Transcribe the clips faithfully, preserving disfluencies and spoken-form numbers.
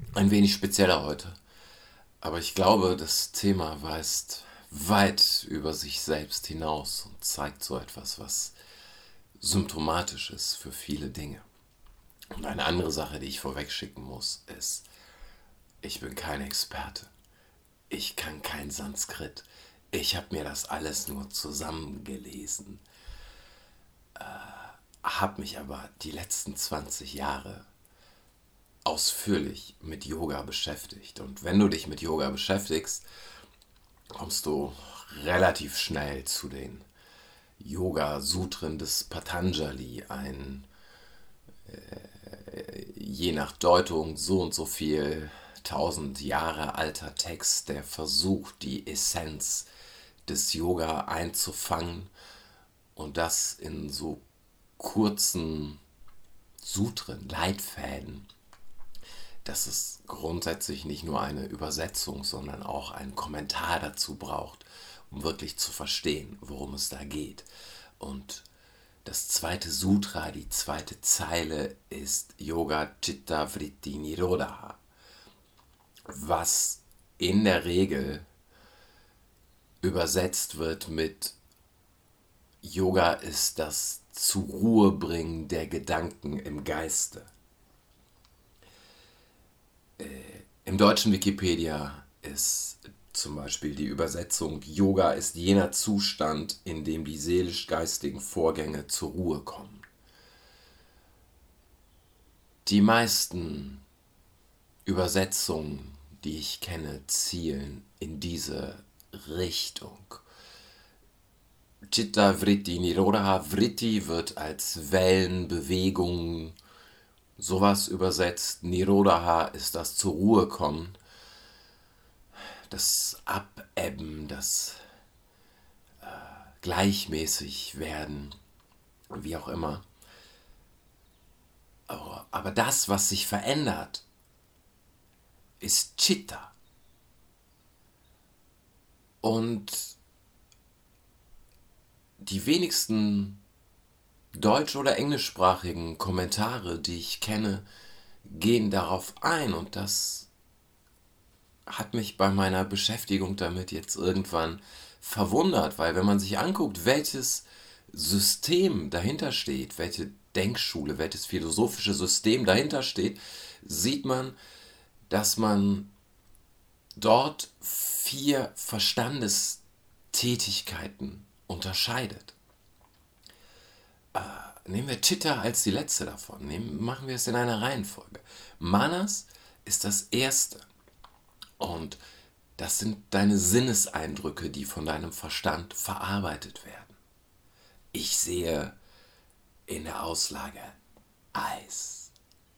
ein wenig spezieller heute. Aber ich glaube, das Thema weist weit über sich selbst hinaus und zeigt so etwas, was symptomatisch ist für viele Dinge. Und eine andere Sache, die ich vorweg schicken muss, ist, ich bin kein Experte. Ich kann kein Sanskrit. Ich habe mir das alles nur zusammengelesen, habe mich aber die letzten zwanzig Jahre ausführlich mit Yoga beschäftigt. Und wenn du dich mit Yoga beschäftigst, kommst du relativ schnell zu den Yoga-Sutren des Patanjali, ein je nach Deutung so und so viel tausend Jahre alter Text, der versucht, die Essenz des Yoga einzufangen und das in so kurzen Sutren, Leitfäden, dass es grundsätzlich nicht nur eine Übersetzung, sondern auch einen Kommentar dazu braucht, um wirklich zu verstehen, worum es da geht. Und das zweite Sutra, die zweite Zeile ist Yoga Chitta Vritti Nirodha, was in der Regel übersetzt wird mit Yoga ist das zur Ruhe bringen der Gedanken im Geiste. Im deutschen Wikipedia ist zum Beispiel die Übersetzung: Yoga ist jener Zustand, in dem die seelisch-geistigen Vorgänge zur Ruhe kommen. Die meisten Übersetzungen, die ich kenne, zielen in diese Richtung. Chitta Vritti Nirodha, Vritti wird als Wellen, Bewegungen, sowas übersetzt. Nirodha ist das zur Ruhe kommen, das Abebben, das äh, gleichmäßig werden, wie auch immer. Aber, aber das, was sich verändert, ist Chitta. Und die wenigsten deutsch- oder englischsprachigen Kommentare, die ich kenne, gehen darauf ein. Und das hat mich bei meiner Beschäftigung damit jetzt irgendwann verwundert, weil wenn man sich anguckt, welches System dahinter steht, welche Denkschule, welches philosophische System dahinter steht, sieht man, dass man dort vier Verstandestätigkeiten unterscheidet. Äh, nehmen wir Chitta als die letzte davon. Nehmen, machen wir es in einer Reihenfolge. Manas ist das erste. Und das sind deine Sinneseindrücke, die von deinem Verstand verarbeitet werden. Ich sehe in der Auslage Eis.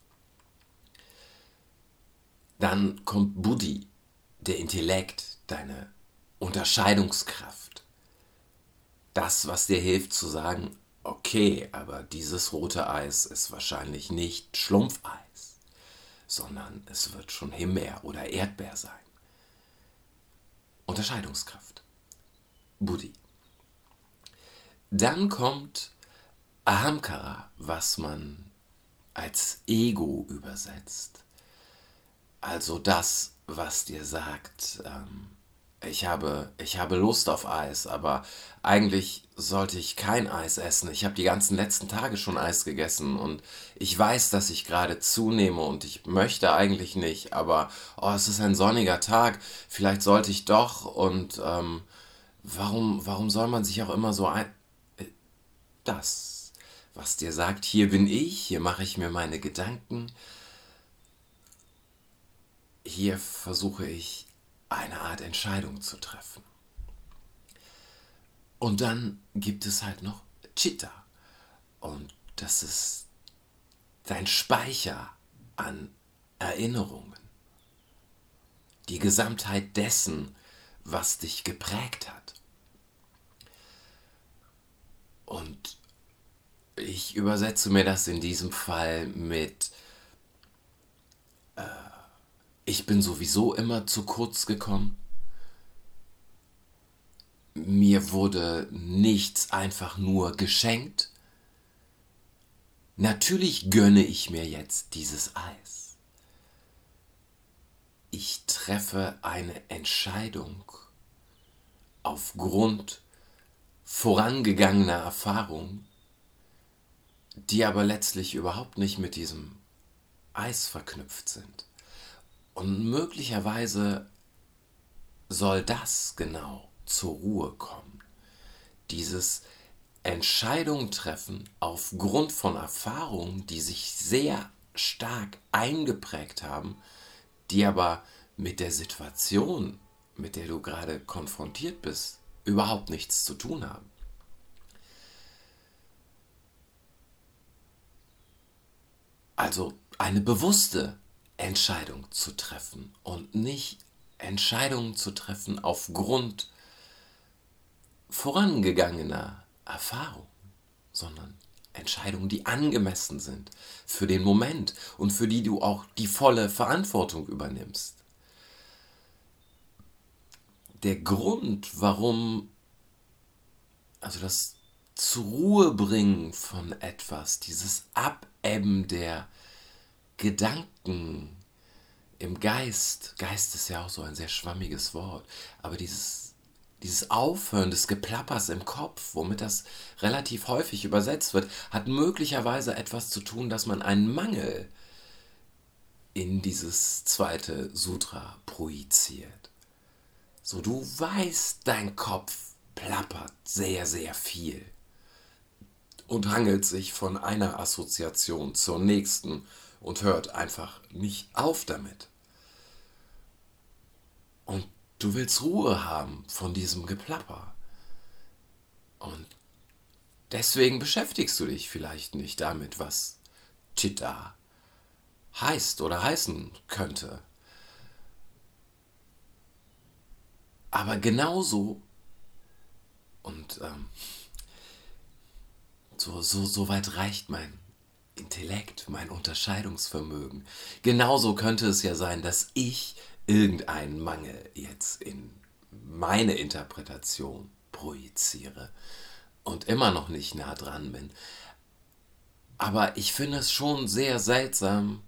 Dann kommt Buddhi, der Intellekt, deine Unterscheidungskraft. Das, was dir hilft zu sagen, okay, aber dieses rote Eis ist wahrscheinlich nicht Schlumpfeis, sondern es wird schon Himbeer oder Erdbeer sein. Unterscheidungskraft. Buddhi. Dann kommt Ahamkara, was man als Ego übersetzt. Also das, was dir sagt, ähm, ich habe, ich habe Lust auf Eis, aber eigentlich sollte ich kein Eis essen. Ich habe die ganzen letzten Tage schon Eis gegessen und ich weiß, dass ich gerade zunehme und ich möchte eigentlich nicht, aber oh, es ist ein sonniger Tag, vielleicht sollte ich doch und ähm, warum, warum soll man sich auch immer so ein... Das, was dir sagt, hier bin ich, hier mache ich mir meine Gedanken, hier versuche ich eine Art Entscheidung zu treffen. Und dann gibt es halt noch Chitta. Und das ist dein Speicher an Erinnerungen. Die Gesamtheit dessen, was dich geprägt hat. Und ich übersetze mir das in diesem Fall mit ich bin sowieso immer zu kurz gekommen. Mir wurde nichts einfach nur geschenkt. Natürlich gönne ich mir jetzt dieses Eis. treffe eine Entscheidung aufgrund vorangegangener Erfahrung, die aber letztlich überhaupt nicht mit diesem Eis verknüpft sind. Und möglicherweise soll das genau zur Ruhe kommen. Dieses Entscheidungen treffen aufgrund von Erfahrungen, die sich sehr stark eingeprägt haben, die aber mit der Situation, mit der du gerade konfrontiert bist, überhaupt nichts zu tun haben. Also eine bewusste Entscheidung zu treffen und nicht Entscheidungen zu treffen aufgrund vorangegangener Erfahrung, sondern Entscheidungen, die angemessen sind für den Moment und für die du auch die volle Verantwortung übernimmst. Der Grund, warum, also das zur Ruhe bringen von etwas, dieses Abebben der Gedanken im Geist, Geist ist ja auch so ein sehr schwammiges Wort, aber dieses, dieses Aufhören des Geplappers im Kopf, womit das relativ häufig übersetzt wird, hat möglicherweise etwas zu tun, dass man einen Mangel in dieses zweite Sutra projiziert. So, du weißt, dein Kopf plappert sehr, sehr viel und hangelt sich von einer Assoziation zur nächsten und hört einfach nicht auf damit. Und du willst Ruhe haben von diesem Geplapper. Und deswegen beschäftigst du dich vielleicht nicht damit, was Chitta heißt oder heißen könnte. Aber genauso, und ähm, so, so, so weit reicht mein Intellekt, mein Unterscheidungsvermögen. Genauso könnte es ja sein, dass ich irgendeinen Mangel jetzt in meine Interpretation projiziere und immer noch nicht nah dran bin. Aber ich finde es schon sehr seltsam,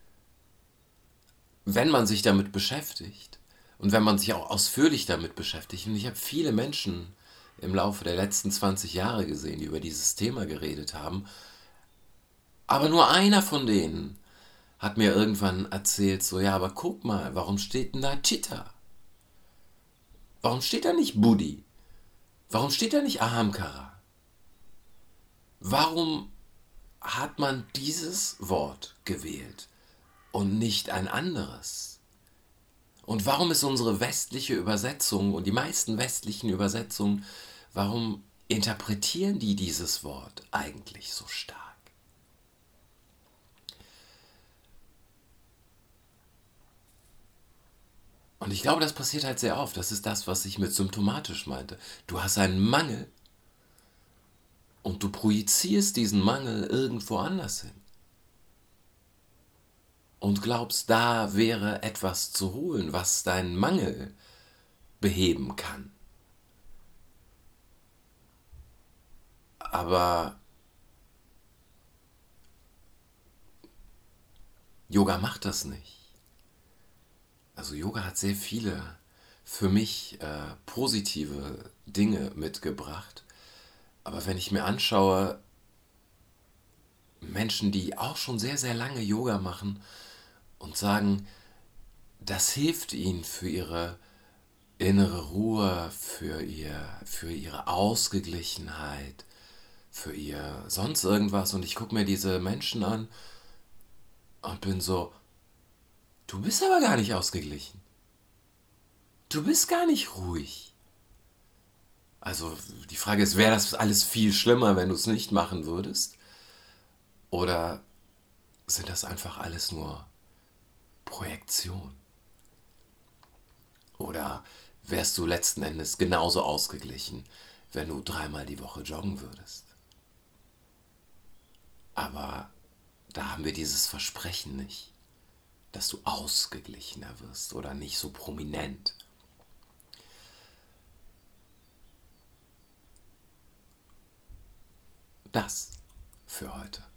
wenn man sich damit beschäftigt und wenn man sich auch ausführlich damit beschäftigt. Und ich habe viele Menschen im Laufe der letzten zwanzig Jahre gesehen, die über dieses Thema geredet haben. Aber nur einer von denen hat mir irgendwann erzählt, so, ja, aber guck mal, warum steht denn da Chitta? Warum steht da nicht Buddhi? Warum steht da nicht Ahamkara? Warum hat man dieses Wort gewählt und nicht ein anderes? Und warum ist unsere westliche Übersetzung und die meisten westlichen Übersetzungen, warum interpretieren die dieses Wort eigentlich so stark? Und ich glaube, das passiert halt sehr oft. Das ist das, was ich mit symptomatisch meinte. Du hast einen Mangel und du projizierst diesen Mangel irgendwo anders hin. Und glaubst, da wäre etwas zu holen, was deinen Mangel beheben kann. Aber Yoga macht das nicht. Also Yoga hat sehr viele für mich äh, positive Dinge mitgebracht. Aber wenn ich mir anschaue, Menschen, die auch schon sehr, sehr lange Yoga machen und sagen, das hilft ihnen für ihre innere Ruhe, für, ihr, für ihre Ausgeglichenheit, für ihr sonst irgendwas. Und ich gucke mir diese Menschen an und bin so, du bist aber gar nicht ausgeglichen. Du bist gar nicht ruhig. Also die Frage ist, wäre das alles viel schlimmer, wenn du es nicht machen würdest? Oder sind das einfach alles nur Projektion? Oder wärst du letzten Endes genauso ausgeglichen, wenn du dreimal die Woche joggen würdest? Aber da haben wir dieses Versprechen nicht, dass du ausgeglichener wirst oder nicht so prominent. Das für heute.